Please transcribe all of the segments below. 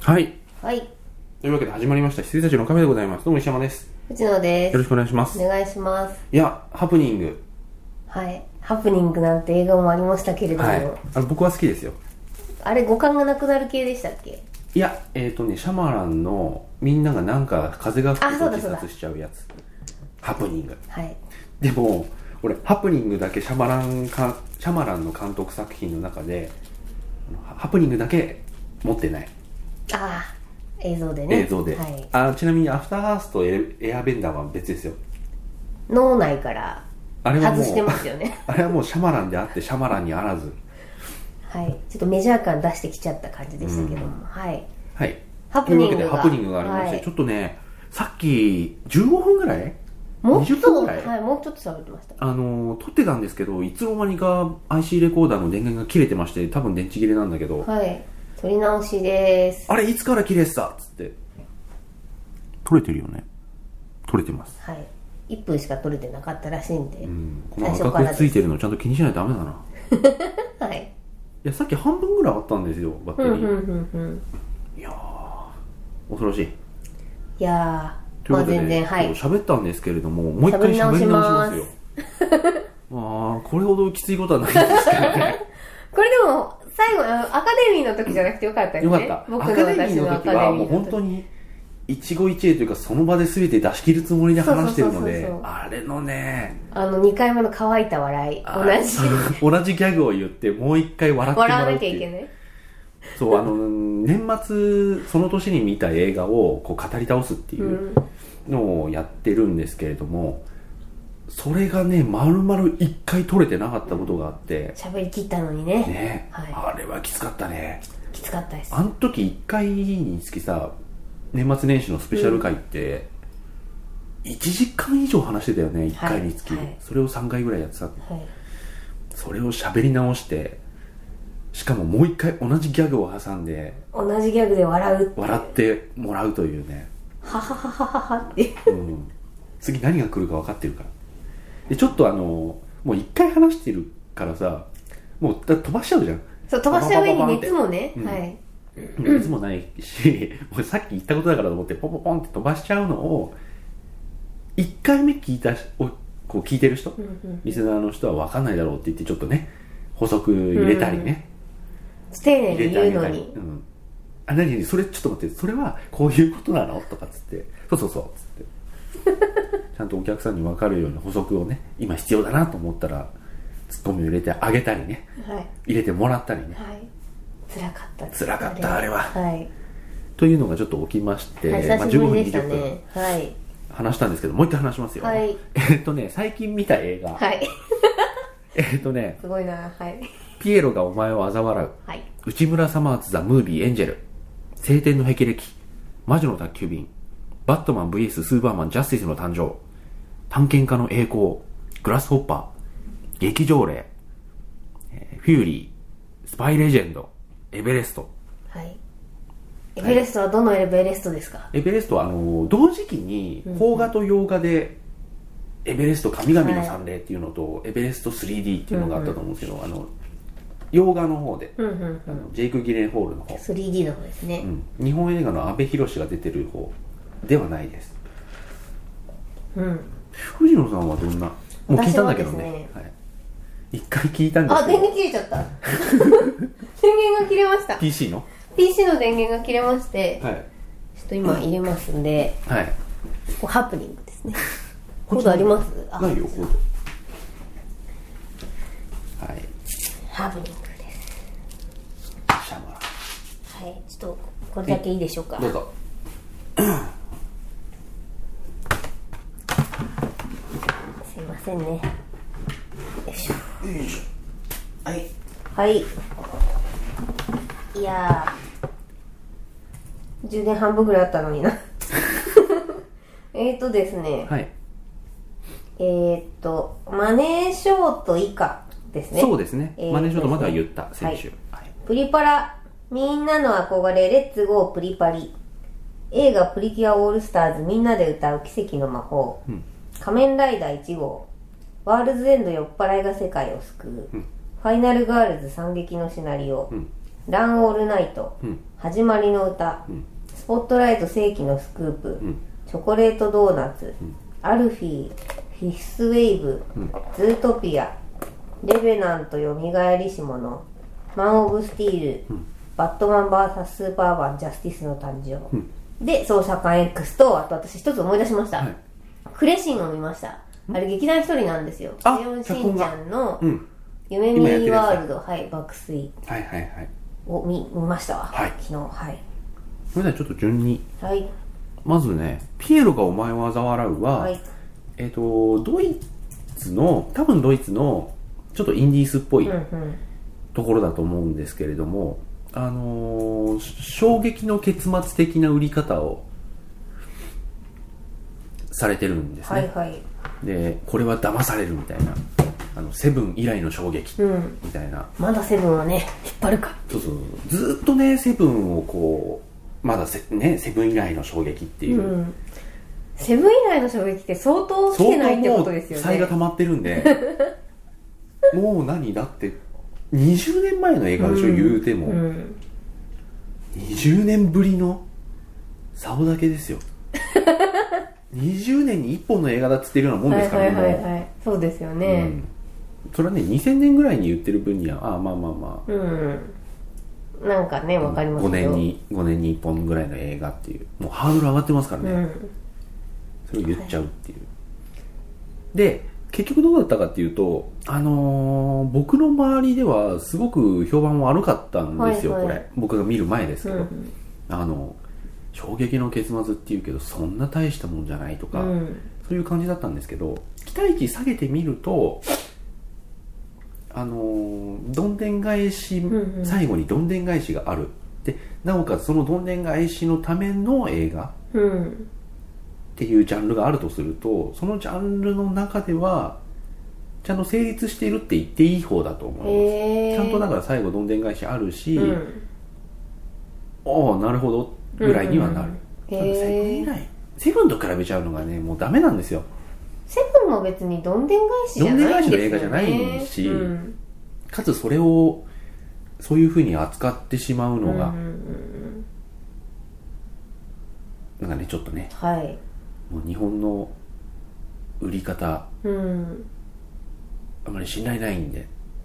はい。 はい。 というわけで始まりました羊たちのカフェでございます。どうも石山です。 藤野です。 よろしくお願いします。 お願いします。 いや、ハプニング。 はい。ハプニングなんて映画もありましたけれども、はい、 僕は好きですよ。 あれ五感がなくなる系でしたっけ？ いや、シャマランのみんながなんか風が吹くと自殺しちゃうやつ。ハプニング。 はい。でも俺ハプニングだけシャマランの監督作品の中でハプニングだけ持ってない。 ああ、映像でね。 映像で。はい、ちなみにアフターハースとエアベンダーは別ですよ。 脳内から外してますよね。 あれはもうシャマランであってシャマランにあらず。 はい。ちょっとメジャー感出してきちゃった感じでしたけども、はい。 はい。 ハプニングが。 というわけでハプニングがありまして、はい、ちょっとね、さっき15分ぐらいもっと、 20分ぐらい、 はい、もうちょっと喋ってました。 撮ってたんですけど、いつの間にか IC レコーダーの電源が切れてまして、多分電池切れなんだけど、 はい。撮り直しです。 あれいつから切れてたっつって。撮れてるよね。撮れてます。 はい。1分しか撮れてなかったらしいんで。 この赤くついてるのちゃんと気にしないとダメだな。 はい。 いや、さっき半分ぐらいあったんですよ、バッテリー。いやー、恐ろしい。 いやー、 ということで、 全然、はい。 喋ったんですけれども、もう一回喋り直しますよ。まあ、これほどきついことはないんですけどね。 これでも、最後、アカデミーの時じゃなくてよかったですね。 よかった。僕の私のアカデミーの時は、もう本当に、一期一会というか、その場で全て出し切るつもりで話してるので、あれのね、 2回目の乾いた笑い、 同じギャグを言って、もう一回笑ってもらうっていう。 笑わなきゃいけない。 そう、年末、その年に見た映画をこう語り倒すっていうのをやってるんですけれども、それがね、丸々一回撮れてなかったことがあって。 喋り切ったのにね。 ね、はい、あれはきつかったね。 きつかったです。 あの時一回につきさ、年末年始のスペシャル回って、1時間以上話してたよね、1回につき。それを3回ぐらいやってた。それを喋り直して、しかももう一回同じギャグを挟んで、 同じギャグで笑ってもらうというね。 はははははって。 次何が来るか分かってるから。で、ちょっともう一回話してるからさ、もう飛ばしちゃうじゃん。 そう、飛ばした上に熱もね、はい。 熱もないし、もうさっき言ったことだからと思ってポンポンポンって飛ばしちゃうのを、1回目聞いてる人、リスナーの人は分かんないだろうって言ってちょっとね、補足入れたりね。 丁寧に言うのに。 何それちょっと待って、それはこういうことなのとかっつって、そうっつって。ちゃんとお客さんに分かるように補足をね、今必要だなと思ったら、ツッコミを入れてあげたりね。入れてもらったりね。 辛かったです。 辛かった、あれは。というのがちょっと起きまして、 15分20分話したんですけど、もう一回話しますよ。最近見た映画。 すごいな、 ピエロがお前を嘲笑う。内村サマーズ・ザ・ムービー・エンジェル。晴天の霹靂。魔女の宅急便。バットマン VS スーパーマンジャスティスの誕生。探検家の栄光。グラスホッパー。劇場霊。フューリー。スパイレジェンド。エベレスト。 エベレストはどのエベレストですか？ エベレストは同時期に邦画と洋画でエベレスト神々の惨霊っていうのと、エベレスト 3D っていうのがあったと思うんですけど、洋画の方で、ジェイク・ギレンホールの方 3D の方ですね、 日本映画の阿部寛が出てる方ではないです。藤野さんはどんな、もう聞いたんだけどね、一回聞いたんですけど、 電源切れちゃった電源が切れました。 PC の電源が切れまして、ちょっと今入れますんで、ハプニングですね。コードあります？ ないよ、コード。 ハプニングです。 シャマラ。ちょっとこれだけいいでしょうか。 どうぞ。 すいませんね。よいしょ。はい。いやー、充電半分ぐらいあったのにな。ですね。マネーショート以下ですね。 そうですね。マネーショートまでは言った、先週。 プリパラ、みんなの憧れ、レッツゴープリパリ。映画プリキュアオールスターズ、みんなで歌う奇跡の魔法。仮面ライダー1号。ワールズエンド酔っ払いが世界を救う。ファイナルガールズ惨劇のシナリオ。 ランオールナイト、始まりの歌、スポットライト世紀のスクープ、チョコレートドーナツ、アルフィー、フィフスウェイブ、ズートピア、レベナントよみがえりし者、マン・オブ・スティール、バットマン VS スーパーマンジャスティスの誕生、で捜査官 X と、あと私一つ思い出しました、クレシンを見ました。あれ劇団一人なんですよ。クレヨンしんちゃんの夢見ワールド、爆睡を見ましたわ、昨日。 それではちょっと順に、まずね、ピエロがお前を嘲笑うは、ドイツの多分ドイツのちょっとインディースっぽいところだと思うんですけれども、衝撃の結末的な売り方をされてるんですね。で、これは騙されるみたいな、セブン以来の衝撃みたいな、 まだセブンをね引っ張るか。 ずっとねセブンをこうまだセブン以来の衝撃っていう、 セブン以来の衝撃って相当来てないってことですよね。 才が溜まってるんでもう何だって20年前の映画でしょ、言うても、20年ぶりの竿だけですよ20年に1本の映画だっつってるようなもんですからね。 そうですよね、 それはね2000年ぐらいに言ってる分にはまあなんかね分かりますけど、 5年に1本ぐらいの映画っていう、もうハードル上がってますからね、それを言っちゃうっていう、で結局どうだったかっていうと、僕の周りではすごく評判悪かったんですよ、これ僕が見る前ですけど、衝撃の結末っていうけどそんな大したもんじゃないとか、そういう感じだったんですけど、期待値下げてみるとどんでん返し、最後にどんでん返しがある。でなおかつそのどんでん返しのための映画っていうジャンルがあるとすると、そのジャンルの中ではちゃんと成立しているって言っていい方だと思います。ちゃんとだから最後どんでん返しあるし、なるほどぐらいにはなる。セブンと比べちゃうのがねもうダメなんですよ。 セブンも別にどんでん返しじゃないんですよね。どんでん返しの映画じゃないし、 かつそれをそういう風に扱ってしまうのが、なんかねちょっとね、もう日本の売り方、あまり信頼ないんで、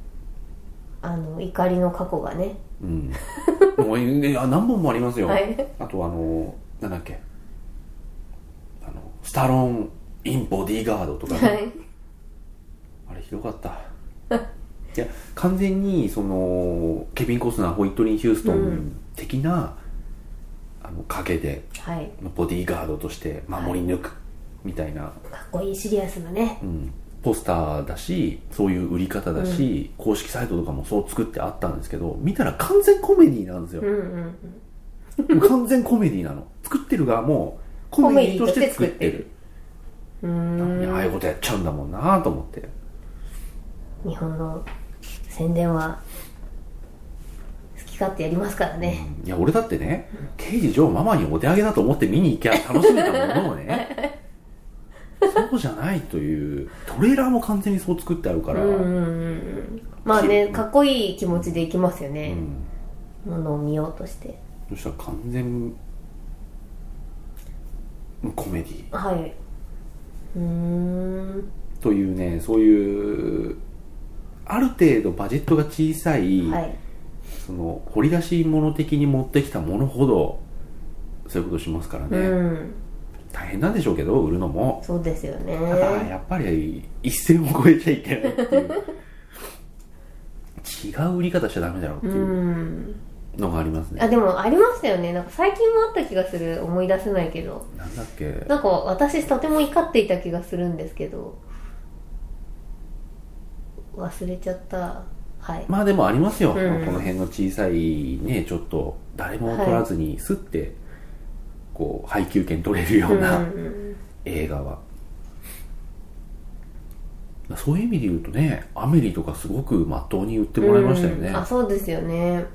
怒りの過去がね、 もう何本もありますよ、あとなんだっけ、スタローンインボディーガードとかね、あれひどかったいや完全にそのケビン・コスナー、ホイットニー・ヒューストン的な、影でボディーガードとして守り抜くみたいな、 かっこいいシリアスなね、 ポスターだし、そういう売り方だし、公式サイトとかもそう作ってあったんですけど、見たら完全コメディなんですよ、完全コメディなの。作ってる側もコメディとして作ってる。ああいうことやっちゃうんだもんなと思って。 日本の宣伝は好き勝手やりますからね、 いや俺だってね、刑事ジョーママにお手上げだと思って見に行きゃ楽しめたものをねそうじゃないという、トレーラーも完全にそう作ってあるから、 まあね、かっこいい気持ちで行きますよね、ものを見ようとして。 そしたら完全コメディ、というね、そういうある程度バジェットが小さい、その掘り出し物的に持ってきたものほどそういうことしますからね、大変なんでしょうけど売るのも。 そうですよね。 ただやっぱり一線を越えちゃいけないっていう違う売り方しちゃダメだろうっていうのがありますね。 でもありましたよね。なんか最近もあった気がする。思い出せないけど。 なんだっけ。 なんか私とても怒っていた気がするんですけど忘れちゃった。 まあでもありますよ、この辺の小さいね、ちょっと誰も取らずにスッてこう配給権取れるような映画は、そういう意味で言うとね、アメリとかすごくまっとうに言ってもらいましたよね。 そうですよね。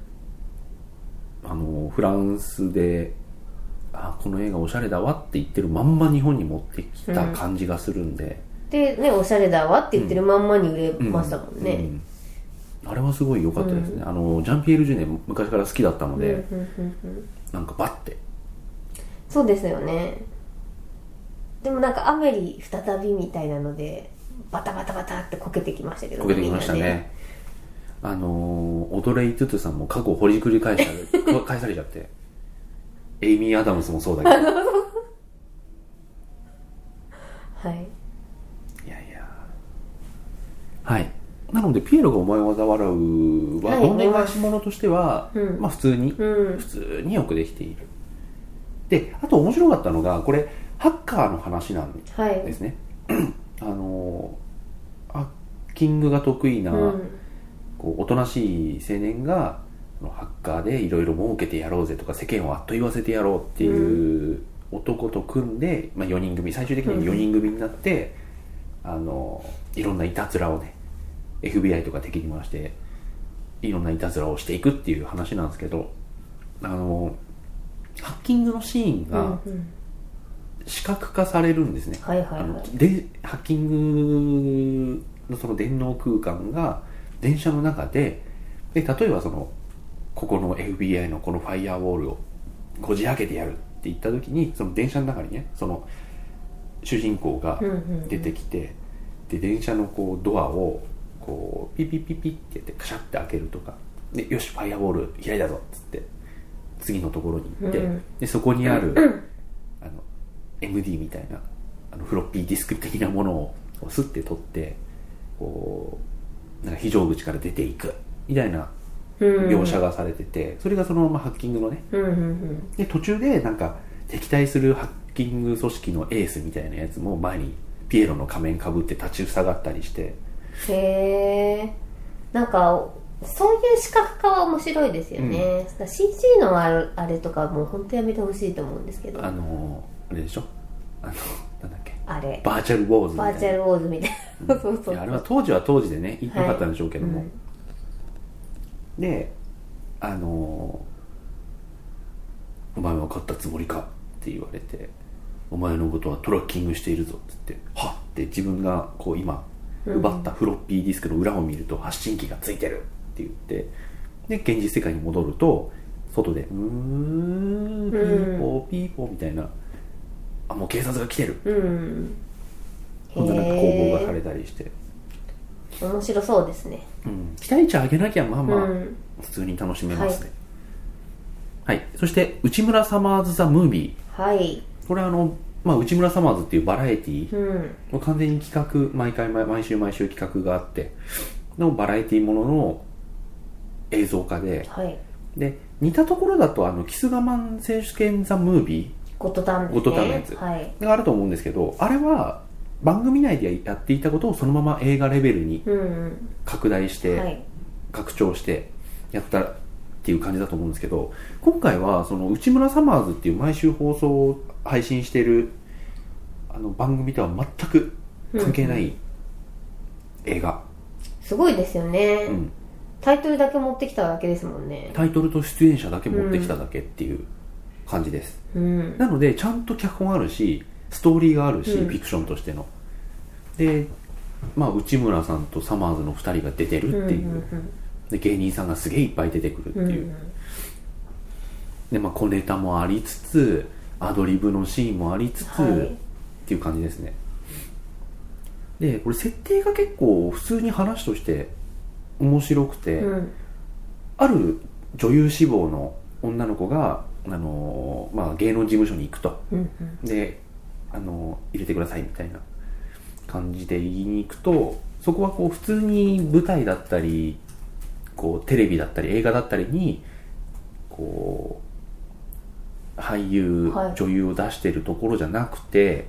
フランスでこの映画おしゃれだわって言ってるまんま日本に持ってきた感じがするんで、 でね、おしゃれだわって言ってるまんまに売れましたもんね、 あれはすごい良かったですね、ジャンピエール・ジュネ昔から好きだったので、なんかバッて。 そうですよね。でもなんかアメリ再びみたいなのでバタバタバタってこけてきましたけどね。こけてきましたね。オドレイ・トゥトゥさんも過去をほじくり返されちゃってエイミー・アダムスもそうだけどはい。 いやいや。はい。なのでピエロがお前を嘲笑うはどんでん返し物としては、まあ普通によくできている。で、あと面白かったのがこれハッカーの話なんですね。ハッキングが得意な、こうおとなしい青年がハッカーでいろいろ儲けてやろうぜとか世間をあっと言わせてやろうっていう男と組んで、まあ、4人組最終的に4人組になって、いろんないたずらをね FBI とか敵に回していろんないたずらをしていくっていう話なんですけど、ハッキングのシーンが視覚化されるんですね。でハッキングのその電脳空間が電車の中で例えばここの FBI のこのファイアウォールをこじ開けてやるって言った時にその電車の中にねその主人公が出てきて、で電車のこうドアをこうピッピッピッピッってやってカシャって開けるとかで、よしファイアウォール開いたぞっつって次のところに行って、でそこにあるMD みたいなフロッピーディスク的なものをスッて取ってこうなんか非常口から出ていくみたいな描写がされてて、それがそのままハッキングのね、で途中でなんか敵対するハッキング組織のエースみたいなやつも前にピエロの仮面かぶって立ちふさがったりして、 へえ、なんかそういう視覚化は面白いですよね、CG のあれとかもう本当やめてほしいと思うんですけど、 あれでしょ、なんだっけ、 あれバーチャルウォーズみたいな、 バーチャルウォーズみたいな、そうそう、 あれは当時は当時でね良かったんでしょうけども、でお前は勝ったつもりかって言われて、お前のことはトラッキングしているぞって言って、はっって自分がこう今奪ったフロッピーディスクの裏を見ると発信機がついてるって言って、で現実世界に戻ると外でピーポーピーポーみたいな、あもう警察が来てる、こんななんか攻防がされたりして面白そうですね、 期待値上げなきゃまあまあ普通に楽しめますね、はい、そして内村サマーズ・ザ・ムービー、 はい、 これまあ、内村サマーズっていうバラエティー、完全に企画毎週企画があってのバラエティーものの映像化で、で似たところだとキス我慢選手権ザ・ムービーゴッドタンですね、 ゴッドタンのやつがあると思うんですけど、あれは番組内でやっていたことをそのまま映画レベルに拡大して、拡張してやったっていう感じだと思うんですけど、今回はその内村サマーズっていう毎週放送配信している番組とは全く関係ない映画、 すごいですよね、タイトルだけ持ってきただけですもんね。 タイトルと出演者だけ持ってきただけっていう感じです、なのでちゃんと脚本あるしストーリーがあるし、フィクションとしてので、まあ、内村さんとサマーズの2人が出てるっていう、で芸人さんがすげえいっぱい出てくるっていう、でまあ小ネタもありつつアドリブのシーンもありつつ、っていう感じですね。でこれ設定が結構普通に話として面白くて、ある女優志望の女の子がまあ、芸能事務所に行くと、で入れてくださいみたいな感じで言いに行くと、そこはこう普通に舞台だったりこうテレビだったり映画だったりにこう俳優、女優を出してるところじゃなくて、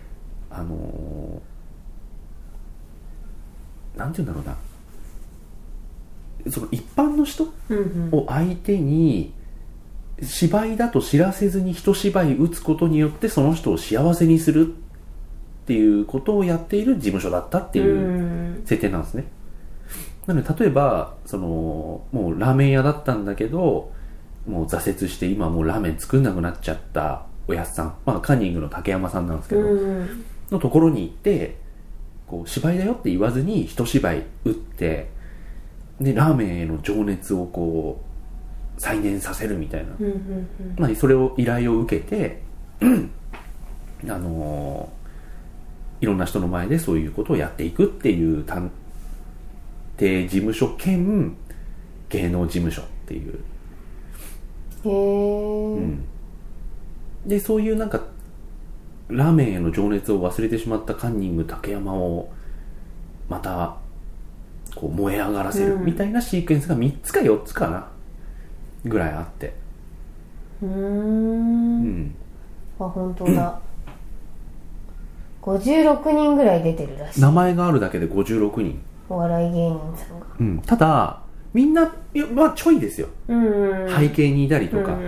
なんていうんだろうな、その一般の人を相手に芝居だと知らせずに一芝居打つことによってその人を幸せにするっていうことをやっている事務所だったっていう設定なんですね。なので例えばもうラーメン屋だったんだけどもう挫折して今もうラーメン作んなくなっちゃったおやっさん、まあ、カンニングの竹山さんなんですけどのところに行ってこう芝居だよって言わずに一芝居打ってでラーメンへの情熱をこう再燃させるみたいな、まあ、それを依頼を受けていろんな人の前でそういうことをやっていくっていう探偵事務所兼芸能事務所っていう。 へー、 でそういうなんかラーメンへの情熱を忘れてしまったカンニング竹山をまたこう燃え上がらせるみたいなシークエンスが3つか4つかなぐらいあって、 あ、本当だ。56人ぐらい出てるらしい。 名前があるだけで56人、 お笑い芸人さんが、 ただみんな、まあ、ちょいですよ、背景にいたりとか、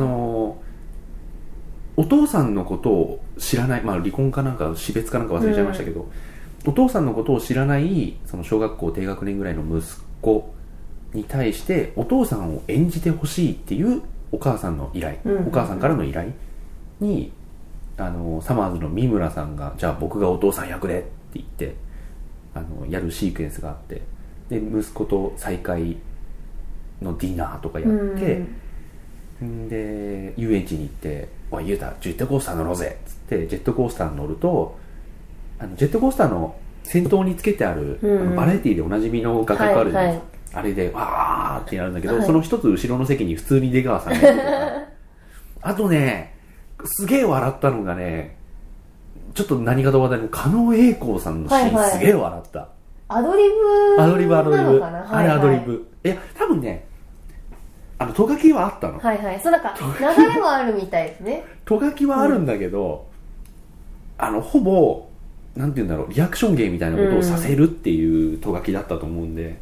お父さんのことを知らない、まあ、離婚かなんか死別かなんか忘れちゃいましたけど、お父さんのことを知らないその小学校低学年ぐらいの息子に対してお父さんを演じてほしいっていうお母さんの依頼、お母さんからの依頼にサマーズの三村さんがじゃあ僕がお父さん役でって言ってやるシークエンスがあって、で息子と再会のディナーとかやって、で遊園地に行って「おい、ゆうたジェットコースター乗ろうぜ」っつってジェットコースターに乗ると、ジェットコースターの先頭につけてある、バラエティでおなじみの画角あるじゃないですか、あれでわーってやるんだけど、その一つ後ろの席に普通に出川さんがいるとかあとねすげえ笑ったのがね、ちょっと何かと話題の狩野英孝さんのシーン、すげえ笑った。 アドリブなのかな、 あれアドリブ、いや多分ねト書きはあったの。 そうなんか流れはあるみたいですね。 ト書きはあるんだけど、ほぼなんて言うんだろう、リアクション芸みたいなことをさせるっていうト書きだったと思うんで、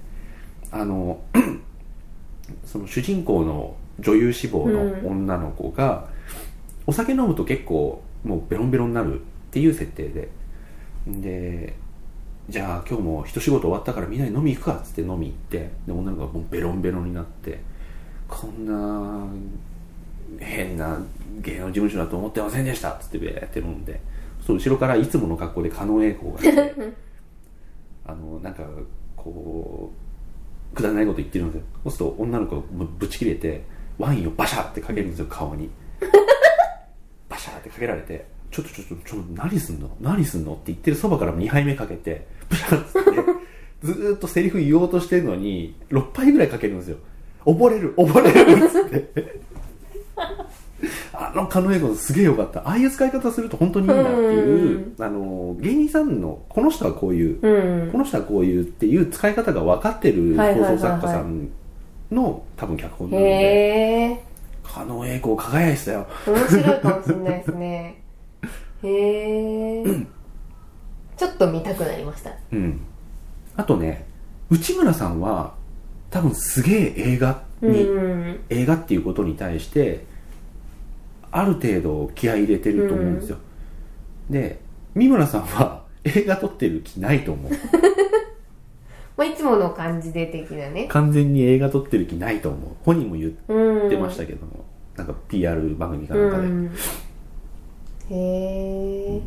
その主人公の女優志望の女の子が、お酒飲むと結構もうベロンベロンになるっていう設定で、じゃあ今日も一仕事終わったからみんなで飲み行くかっつって飲み行って、で女の子がもうベロンベロンになって、こんな変な芸能事務所だと思ってませんでしたっつってベーって飲んで、そう後ろからいつもの格好で狩野英孝がいてなんかこうくだらないこと言ってるんですよ。そうすると女の子がぶち切れてワインをバシャーってかけるんですよ、顔にバシャーってかけられて、ちょっと何すんのって言ってるそばから2杯目かけてブシャーっつってずーっとセリフ言おうとしてるのに6杯ぐらいかけるんですよ。溺れるっつって狩野英孝すげえよかった。ああいう使い方すると本当にいいんだっていう、芸人さんのこの人はこういう、この人はこういうっていう使い方が分かってる放送作家さんの多分脚本なので、狩野英孝輝いてたよ。 面白いかもしれないですね。へーちょっと見たくなりました。 あとね、内村さんは多分すげえ映画っていうことに対してある程度気合い入れてると思うんですよ。で三村さんは映画撮ってる気ないと思うまあいつもの感じで的なね、 完全に映画撮ってる気ないと思う。本人も言ってましたけども、なんか PR 番組かなんかで、 へー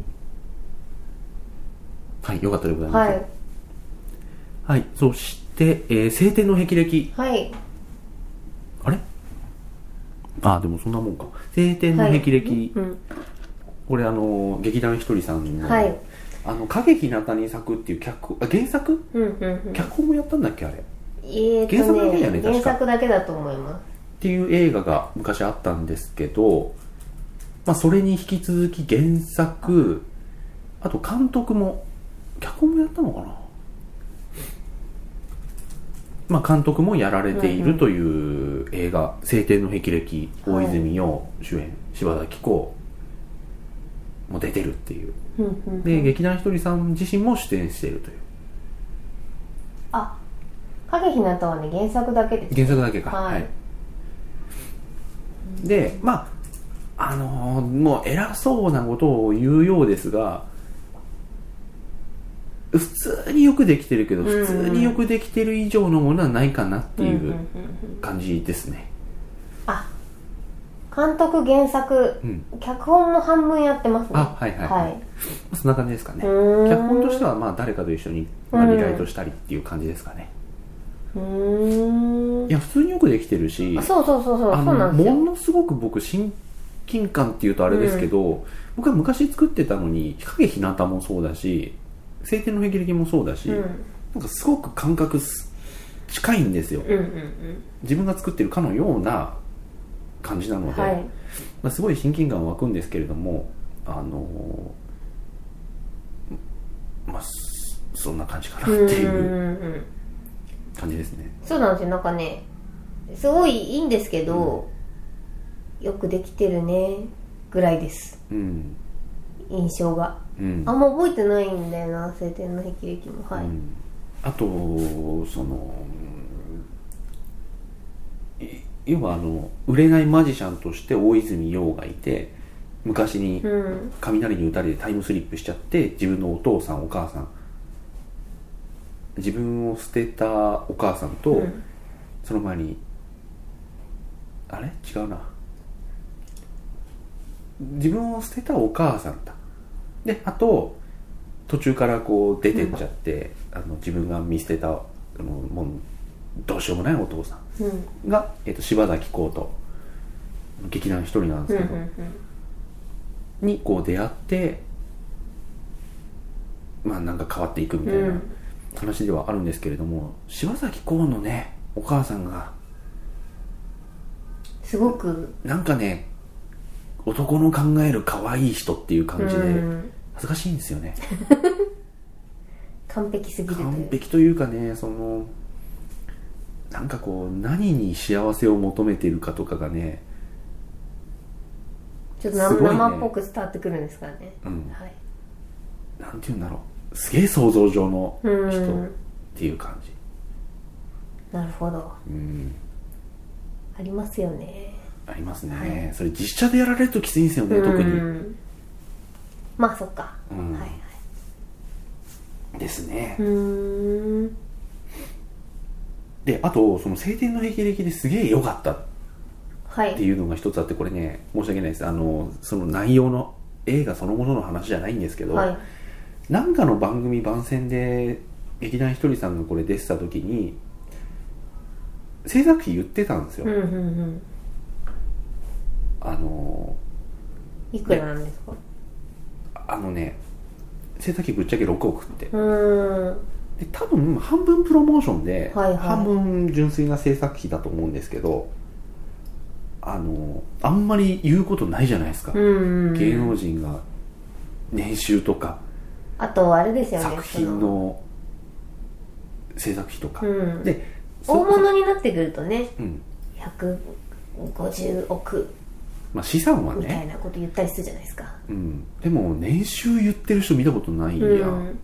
はい、よかったでございます。はい、そして青天の霹靂、あれでもそんなもんか。青天の霹靂、これ劇団ひとりさんの、影日向に咲くっていう原作、脚本もやったんだっけあれ。原作だけだよね、確か。 原作だけだと思います。 っていう映画が昔あったんですけど、まあそれに引き続き原作、あと監督も脚本もやったのかな。まあ監督もやられているという映画、青天の霹靂、大泉洋主演、柴咲コウも出てるっていう。で劇団ひとりさん自身も出演しているという。 影日向はね、原作だけです。 原作だけか。はい。でまあもう偉そうなことを言うようですが、普通によくできてるけど、普通によくできてる以上のものはないかなっていう感じですね。 監督原作、脚本も半分やってますね。 そんな感じですかね。脚本としてはまあ誰かと一緒にリライトしたりっていう感じですかね。 いや普通によくできてるし、 そうなんですよ。 ものすごく僕親近感っていうとあれですけど、僕は昔作ってたのに日陰日向もそうだし晴天の霹靂もそうだし、なんかすごく感覚近いんですよ、自分が作ってるかのような感じなので、まあ、すごい親近感湧くんですけれども、まあそんな感じかなっていう感じですね。 そうなんですよ。なんかねすごいいいんですけど、よくできてるねぐらいです、印象が、あんま覚えてないんだよな晴天の霹靂も。 あと要は売れないマジシャンとして大泉洋がいて、昔に雷に打たれてタイムスリップしちゃって、自分のお父さんお母さん、自分を捨てたお母さんと、その前にあれ違うな、自分を捨てたお母さんだで、あと途中からこう出てっちゃって、自分が見捨てたもうどうしようもないお父さんが、柴咲コウと劇団一人なんですけど、にこう出会って、まあなんか変わっていくみたいな話ではあるんですけれども、柴咲コウのねお母さんがすごくなんかね男の考える可愛い人っていう感じで恥ずかしいんですよね完璧すぎるという、 完璧というかね、なんかこう何に幸せを求めているかとかがね、 ちょっと生っぽく伝わってくるんですからね、 なんていうんだろう、すげえ想像上の人っていう感じ。 なるほど、ありますよね。 ありますね、それ実写でやられるときついんですよね、特に。 まあそっか、 ですね。で、あとその晴天の霹靂ですげえ良かったっていうのが一つあって、これね申し訳ないです、その内容の映画そのものの話じゃないんですけど、なんかの番組番宣で劇団ひとりさんがこれ出てた時に制作費言ってたんですよ。 いくらなんですか？ 制作費ぶっちゃけ6億って。で多分半分プロモーションで、半分純粋な制作費だと思うんですけど、あんまり言うことないじゃないですか、芸能人が年収とか、 あとあれですよね、 作品の制作費とか、で大物になってくるとね、150億まあ資産はねみたいなこと言ったりするじゃないですか、 でも年収言ってる人見たことないやん、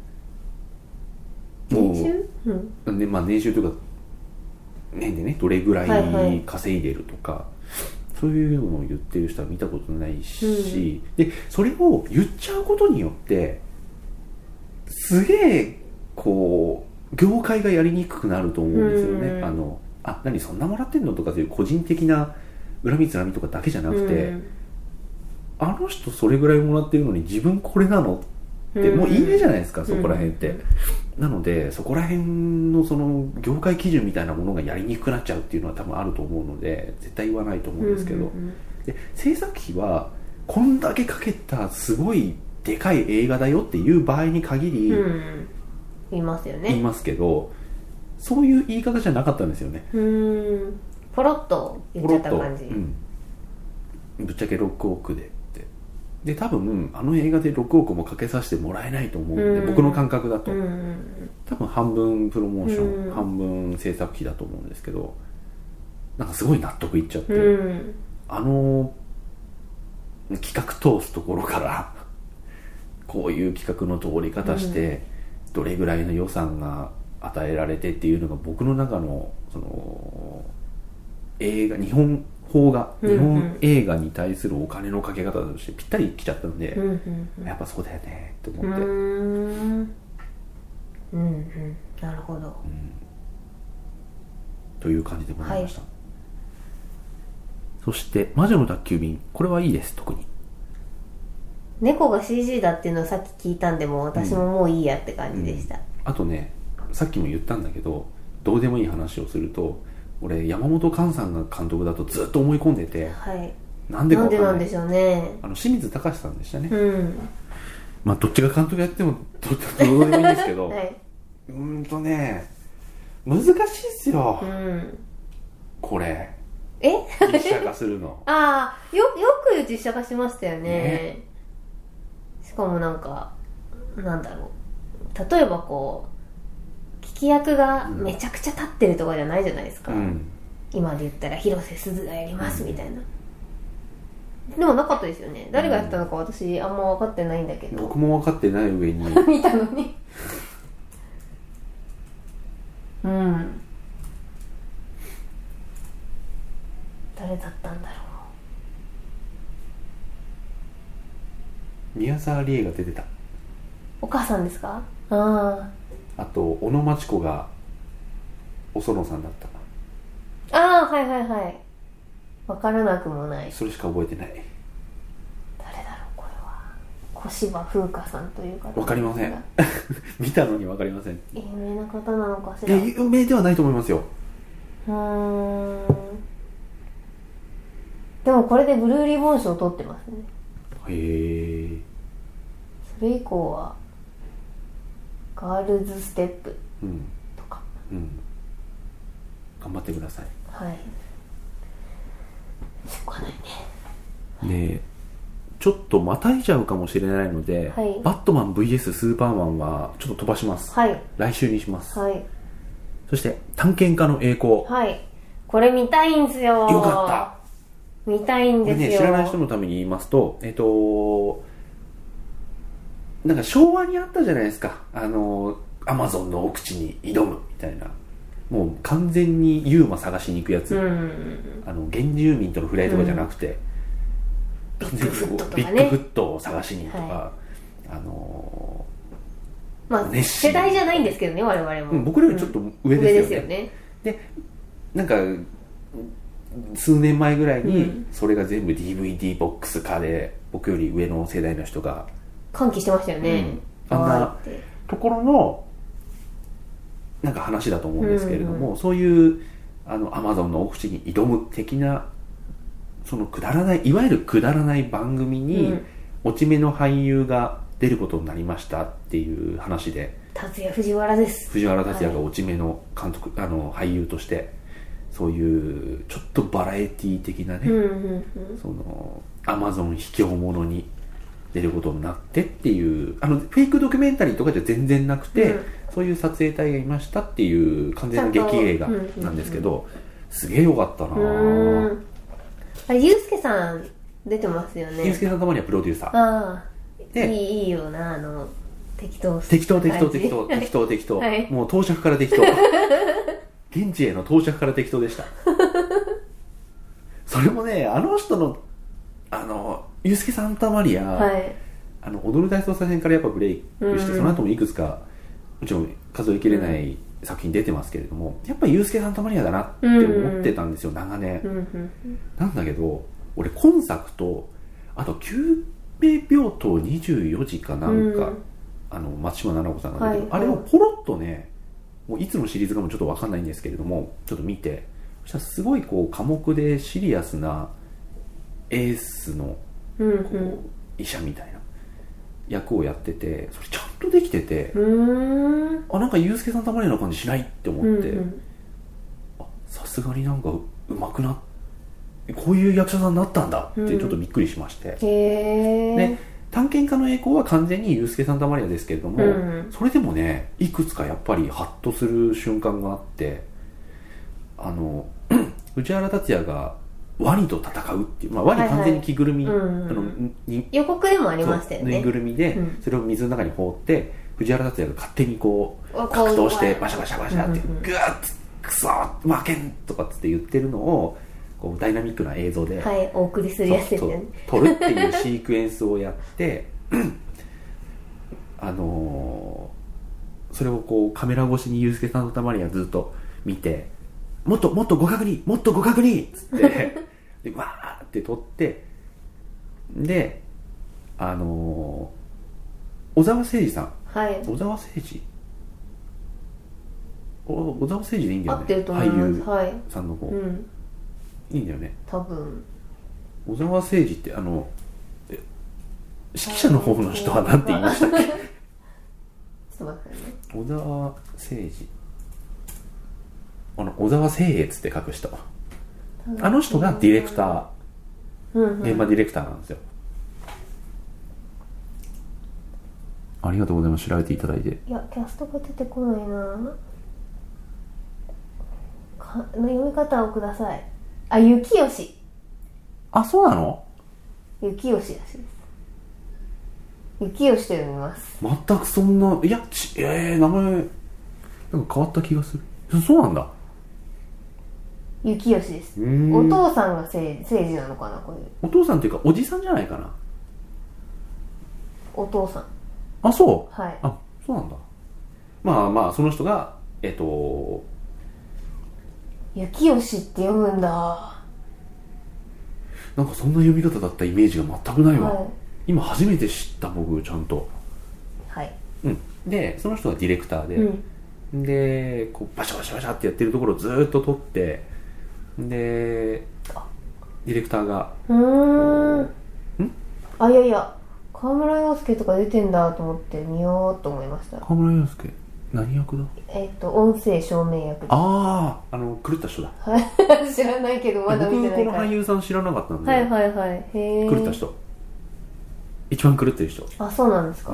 年収？ まあ年収というか年でねどれぐらい稼いでるとか、そういうのを言ってる人は見たことないし、でそれを言っちゃうことによってすげえこう業界がやりにくくなると思うんですよね。何そんなもらってんのとかそういう個人的な恨みつらみとかだけじゃなくて、あの人それぐらいもらってるのに自分これなのってもういいねじゃないですか、そこら辺って、なのでそこら辺のその業界基準みたいなものがやりにくくなっちゃうっていうのは多分あると思うので絶対言わないと思うんですけど、で制作費はこんだけかけたすごいでかい映画だよっていう場合に限り、 言いますよね。 言いますけど、そういう言い方じゃなかったんですよね。 ポロッと言っちゃった感じ、 ぶっちゃけ6億でってで、多分あの映画で6億もかけさせてもらえないと思うんで、僕の感覚だと、多分半分プロモーション、半分制作費だと思うんですけど、なんかすごい納得いっちゃって、企画通すところからこういう企画の通り方して、どれぐらいの予算が与えられてっていうのが僕の中のその映画、日本映画に対するお金のかけ方としてぴったり来ちゃったんで、やっぱそうだよねって思って、 なるほど、 という感じでございました、そして魔女の宅急便、これはいいです。特に猫が CG だっていうのをさっき聞いたんで、もう私ももういいやって感じでした、 あとね、さっきも言ったんだけど、 どうでもいい話をすると、俺山本寛さんが監督だとずっと思い込んでて、 はい、 なんでかわかんない。 なんでなんでしょうね。 清水隆さんでしたね。 まあどっちが監督やってもどうでもいいんですけど、はい、難しいっすよ、これ実写化するのああ、よく実写化しましたよね。しかもなんかなんだろう、例えばこう聞き役がめちゃくちゃ立ってるとかじゃないじゃないですか、今で言ったら広瀬すずがやりますみたいな、でもなかったですよね。誰がやったのか私あんま分かってないんだけど。 僕も分かってない上に見たのに誰だったんだろう。宮沢りえが出てた。 お母さんですか？あと小野真知子がお園さんだった。 はいはいはい、分からなくもない。 それしか覚えてない。 誰だろうこれは。小芝風花さんという方。 分かりません見たのに分かりません。 有名な方なのかしら。 有名ではないと思いますよ。 でもこれでブルーリボン賞を取ってますね。 へえ。 それ以降はガールズステップとか、 頑張ってください。 はい。しょうがないね。 でちょっとまたいじゃうかもしれないので、バットマン VS スーパーマンはちょっと飛ばします。来週にします。そして探検家の栄光。 これ見たいんすよ。 よかった。 見たいんですよ。 知らない人のために言いますと、なんか昭和にあったじゃないですか、アマゾンの奥地に挑むみたいな、もう完全にユーマ探しに行くやつ、原住民との触れ合いとかじゃなくて、 ビッグフットとかね、 ビッグフットを探しにとか、 世代じゃないんですけどね、我々も。 僕らよりちょっと上ですよね。でなんか数年前ぐらいにそれが全部 DVD ボックス化で、僕より上の世代の人が歓喜してましたよね、 あんなところのなんか話だと思うんですけれども、そういうアマゾンの奥地に挑む的な、そのくだらない、いわゆるくだらない番組に落ち目の俳優が出ることになりましたっていう話で、 藤原です。 藤原竜也が落ち目の監督、俳優としてそういうちょっとバラエティ的なね、そのアマゾン秘境ものに出ることになってっていう、フェイクドキュメンタリーとかじゃ全然なくて、そういう撮影隊がいましたっていう完全な劇映画なんですけど、すげえよかったな。 あれユースケさん出てますよね。 ユースケさんたまにはプロデューサーで、いいよな、適当、 もう到着から適当現地への到着から適当でしたそれもね、あの人のユースケ・サンタマリア、踊る大捜査線からやっぱブレイクして、その後もいくつかもちろん数えきれない作品出てますけれども、やっぱりユースケ・サンタマリアだなって思ってたんですよ、長年。なんだけど俺今作と、あと救命病棟24時かなんか、松島菜々子さんが出てる、あれをポロッとね、もういつのシリーズかもちょっと分かんないんですけれども、ちょっと見て、そしたらすごいこう寡黙でシリアスなエースのこう医者みたいな役をやってて、それちゃんとできてて、なんかユースケ・サンタマリアの感じしないって思って、さすがになんかうまくなって、こういう役者さんになったんだってちょっとびっくりしまして、で探検家の栄光は完全にユースケ・サンタマリアですけれども、それでもね、いくつかやっぱりハッとする瞬間があって、藤原竜也がワニと戦うっていう、ワニ完全に着ぐるみ、 予告でもありましたよね。 ぬいぐるみで、それを水の中に放って、藤原竜也が勝手にこう格闘してバシャバシャバシャってグワックソー負けんとかって言ってるのをこうダイナミックな映像で、 お送りするやつですよね。 撮るっていうシークエンスをやってそれをこうカメラ越しにユースケ・サンタマリアずっと見て、もっともっと互角にもっと互角にっつってでわーって撮って、で小沢誠二さん、小沢誠二小沢誠二でいいんだよね。 合ってると思います。 俳優さんの子、いいんだよね多分。 小沢誠二って指揮者の方の人は何て言いましたっけ？ ちょっと待ってね。 小沢誠二、小沢誠英つって書く人、あの人がディレクター、現場ディレクターなんですよ。ありがとうございます。調べていただいて。 いや、キャストが出てこないな。読み方をください。あ、雪吉。 あ、そうなの？ 雪吉らしいです。雪吉と読みます。 全くそんな、いや、名前なんか変わった気がする。そうなんだ。 雪吉です。お父さんが誠治なのかな、これ。 お父さんっていうかおじさんじゃないかな。 お父さん。 あ、そう。 はい。 あ、そうなんだ。まあまあその人が雪吉って読むんだ。 なんかそんな読み方だったイメージが全くないわ、 はい、 今初めて知った僕ちゃんと。 はい、 でその人がディレクターで、でこうバシャバシャバシャってやってるところをずーっと撮って、でディレクターがあ、いやいや河村陽介とか出てんだと思って見ようと思いました。 河村陽介何役だ？ 音声照明役。 ああ、狂った人だ。 知らないけどまだ見てないから。 僕この俳優さん知らなかったんで。 はいはいはい。へえ。 狂った人。一番狂ってる人。 あ、そうなんですか。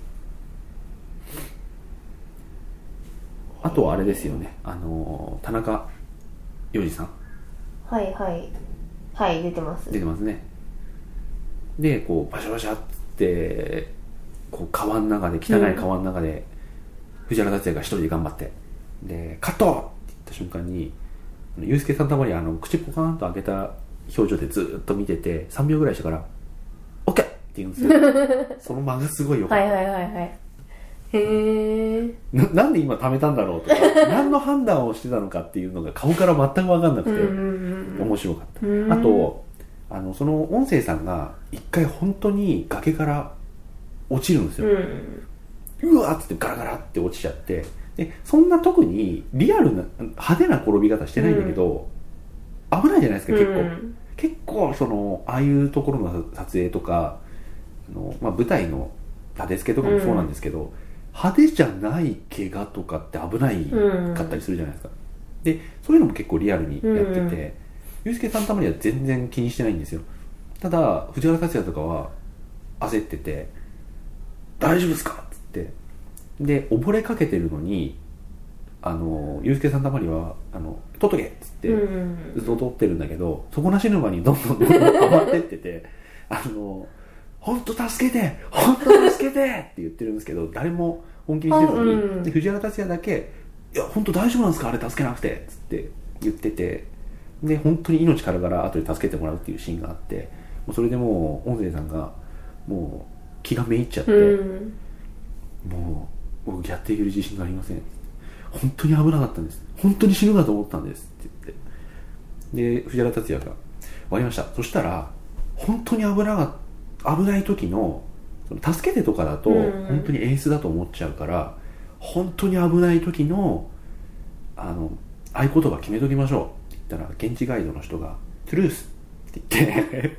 あとはあれですよね。田中洋次さん。 はいはいはい出てます。 出てますね。でこうバシャバシャってこう川の中で汚い川の中で、藤原竜也が一人で頑張ってでカットって言った瞬間にユースケ・サンタマリア口ポカーンと開けた表情でずっと見てて3秒ぐらいしてからオッケーって言うんですよその間がすごいよかった。 はいはいはいはい。へえ。 なんで今貯めたんだろうとか何の判断をしてたのかっていうのが顔から全く分かんなくて面白かった。あとその音声さんが一回本当に崖から落ちるんですよ、うわーっつってガラガラって落ちちゃって、でそんな特にリアルな派手な転び方してないんだけど、危ないじゃないですか。結構そのああいうところの撮影とか舞台の立て付けとかもそうなんですけど、派手じゃない怪我とかって危ないかったりするじゃないですか。でそういうのも結構リアルにやってて、ユースケ・サンタマリアは全然気にしてないんですよ。ただ藤原竜也とかは焦ってて大丈夫ですかっつってで溺れかけてるのにユースケ・サンタマリアは取っとけっつってずっと取ってるんだけど、底なし沼にどんどんはまってってて本当助けて本当助けてって言ってるんですけど誰も本気にしてるのに、で藤原竜也だけいや本当大丈夫なんですかあれ助けなくてっつって言ってて、で本当に命からがら後で助けてもらうっていうシーンがあって、もうそれでもう音声さんがもう気がめいっちゃって、もう僕やっていける自信がありません、本当に危なかったんです、本当に死ぬかと思ったんですって言って、で藤原竜也が終わりました。そしたら本当に危ない時の助けてとかだと本当に演出だと思っちゃうから、本当に危ない時の合言葉決めときましょうって言ったら、現地ガイドの人がトゥルースって言って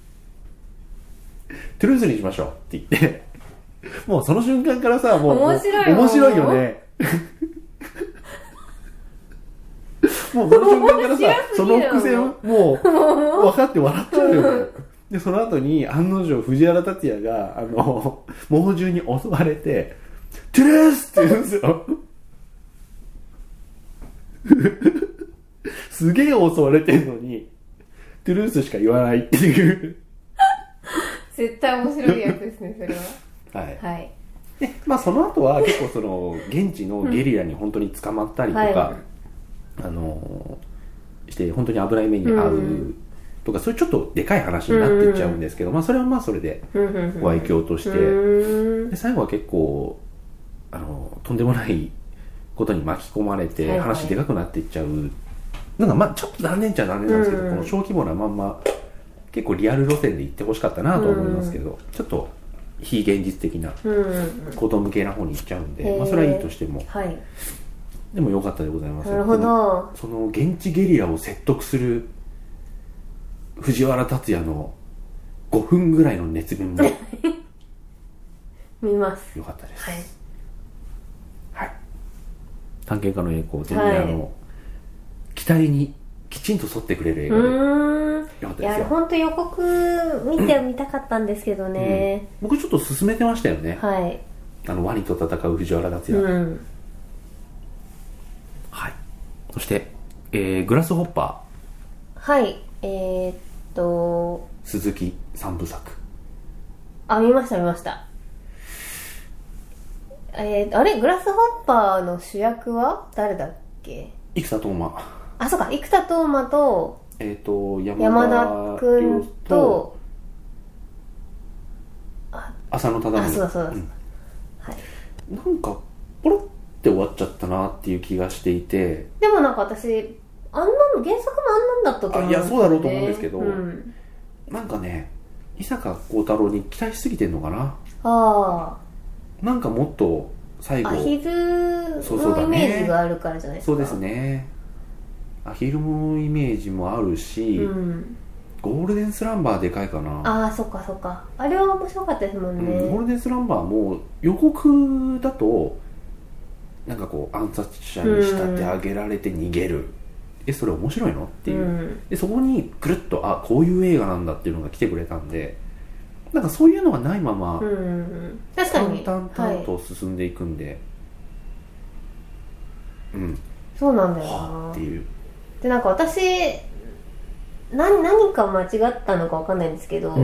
トゥルースにしましょうって言ってもうその瞬間からさ、もう面白いよねもうその瞬間からさその伏線もう分かって笑っちゃうよねでその後に案の定藤原竜也が猛獣に襲われてトゥルースって言うんですよすげえ襲われてんのにトゥルースしか言わないっていう絶対面白いやつですねそれは。はい、はい、 でまあその後は結構その現地のゲリラに本当に捕まったりとか、して本当に危ない目に遭うとか、そういうちょっとでかい話になっていっちゃうんですけど、まあそれはまあそれでご愛嬌として、で最後は結構とんでもないことに巻き込まれて話でかくなっていっちゃう、なんかまあちょっと残念っちゃ残念なんですけど、この小規模なまんま結構リアル路線で行ってほしかったなと思いますけど、ちょっと非現実的なこと向けな方に行っちゃうんで、まあそれはいいとしても、 でも良かったでございます。 なるほど。 その現地ゲリラを説得する藤原竜也の5分ぐらいの熱弁も見ます。 良かったです。 はい。 はい。探検家の栄光、全然期待にきちんと沿ってくれる映画で良かったですよ。 いや、本当予告見てみたかったんですけどね。 僕ちょっと勧めてましたよね。 はい。 ワニと戦う藤原竜也。はい。そして、グラスホッパー。はい。 鈴木三部作。 見ましたあれグラスホッパーの主役は誰だっけ？ 生田斗真。 そうか、生田斗真と山田君と浅野忠信。 そうだ、はい。 なんかポロって終わっちゃったなっていう気がしていて、 でもなんか私原作もあんなんだったと思うんですよね。 いや、そうだろうと思うんですけど、なんかね、伊坂幸太郎に期待しすぎてんのかな。なんかもっと最後アヒルのイメージがあるからじゃないですか。 そうですね、アヒルのイメージもあるし、ゴールデンスランバーでかいかな。 そっかあれは面白かったですもんね。 ゴールデンスランバーも予告だとなんかこう暗殺者に仕立て上げられて逃げる、それ面白いのっていう、でそこにくるっとこういう映画なんだっていうのが来てくれたんで、なんかそういうのがないまま確かに淡々と進んでいくんで、 そうなんだよなっていう。 で、なんか私何か間違ったのか分かんないんですけど、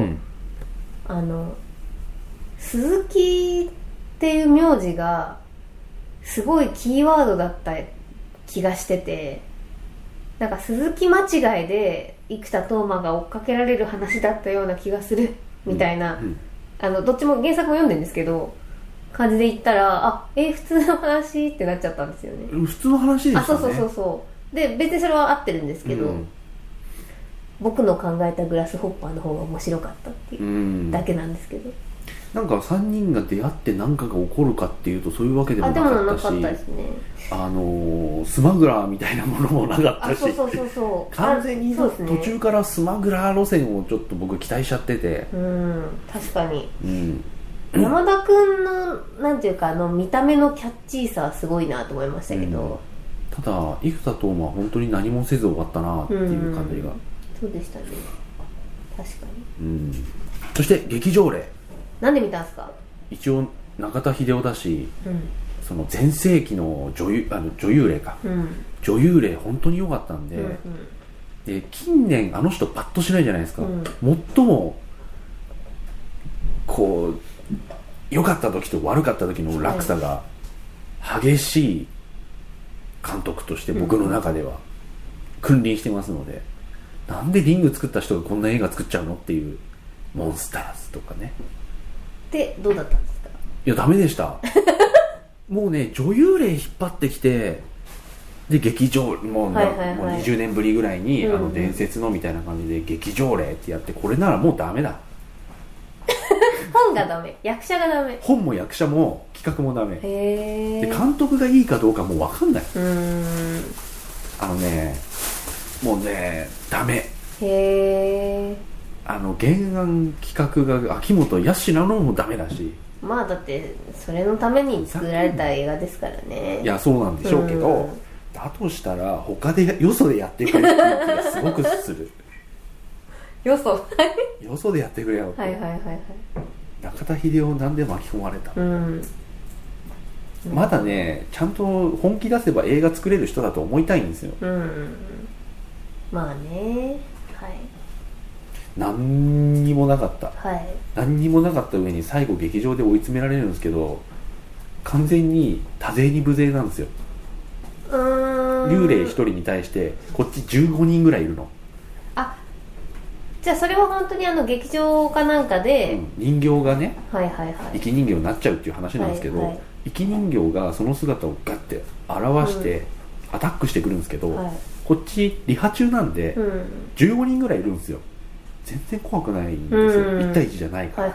鈴木っていう名字がすごいキーワードだった気がしてて、なんか鈴木間違いで生田斗真が追っかけられる話だったような気がするみたいな、どっちも原作も読んでるんですけど感じで言ったら、普通の話ってなっちゃったんですよね。 普通の話でしたね。 そうで、別にそれは合ってるんですけど、僕の考えたグラスホッパーの方が面白かったっていうだけなんですけど、 なんか3人が出会って何かが起こるかっていうとそういうわけでもなかったし、 でもなかったですね。 スマグラーみたいなものもなかったし、 そう完全に途中からスマグラー路線をちょっと僕期待しちゃってて、 確かに、山田君のなんていうか見た目のキャッチーさはすごいなと思いましたけど、 ただ生田斗真は本当に何もせず終わったなっていう感じが、 そうでしたね、確かに。 そして劇場霊、 なんで見たんですか？ 一応中田秀夫だし、その全盛期の女優霊か、女優霊本当に良かったんで、で近年あの人パッとしないじゃないですか、最もこう良かった時と悪かった時の落差が激しい監督として僕の中では君臨してますので、なんでリング作った人がこんな映画作っちゃうのっていう、モンスターズとかね。 でどうだったんですか？ いやダメでしたもうね、女優霊引っ張ってきて、で劇場もう20年ぶりぐらいに、伝説のみたいな感じで劇場霊ってやって、これならもうダメだ本がダメ、役者がダメ、 本も役者も企画もダメで監督がいいかどうかもう分かんない。もうねダメ。原案企画が秋元康なのもダメだし、 だってそれのために作られた映画ですからね。 いやそうなんでしょうけど、だとしたら他でよそでやってくれっていう気がすごくするよそでやってくれよって、中田秀夫なんで巻き込まれた、まだねちゃんと本気出せば映画作れる人だと思いたいんですよ。 まあね、 何にもなかった、何にもなかった上に最後劇場で追い詰められるんですけど、完全に多勢に無勢なんですよ。幽霊1人に対してこっち15人ぐらいいるの。 じゃあそれは本当に劇場かなんかで、 人形がね、生き人形になっちゃうっていう話なんですけど、生き人形がその姿をガッて表してアタックしてくるんですけど、こっちリハ中なんで15人ぐらいいるんですよ。全然怖くないんですよ、1対1じゃないから。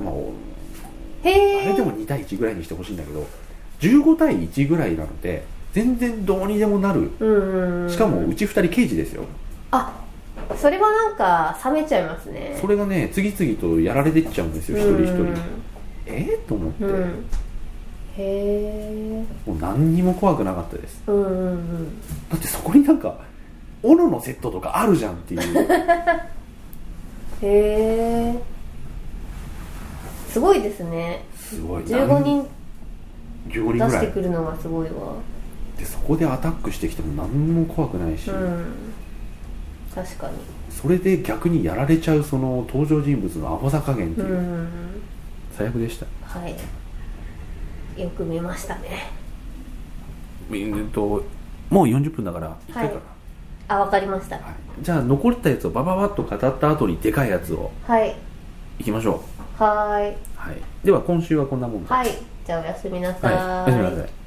あれでも2対1ぐらいにしてほしいんだけど、15対1ぐらいなので全然どうにでもなる。しかもうち2人刑事ですよ。 あ、それはなんか冷めちゃいますね。 それがね次々とやられてっちゃうんですよ、一人一人。と思って、 へえ。 もう何にも怖くなかったです。 だってそこになんか斧のセットとかあるじゃんっていうへえ、すごいですね。 すごい。 15人出してくるのがすごいわ。 でそこでアタックしてきても何も怖くないし、 確かに。 それで逆にやられちゃうその登場人物のアホさ加減っていう、最悪でした。 はい、よく見ましたね。 もう40分だから1回かな。 あ、わかりました。 じゃあ残ったやつをバババッと語った後にでかいやつをいきましょう。 はい。 では今週はこんなもんで。 じゃあおやすみなさい。 おやすみなさい。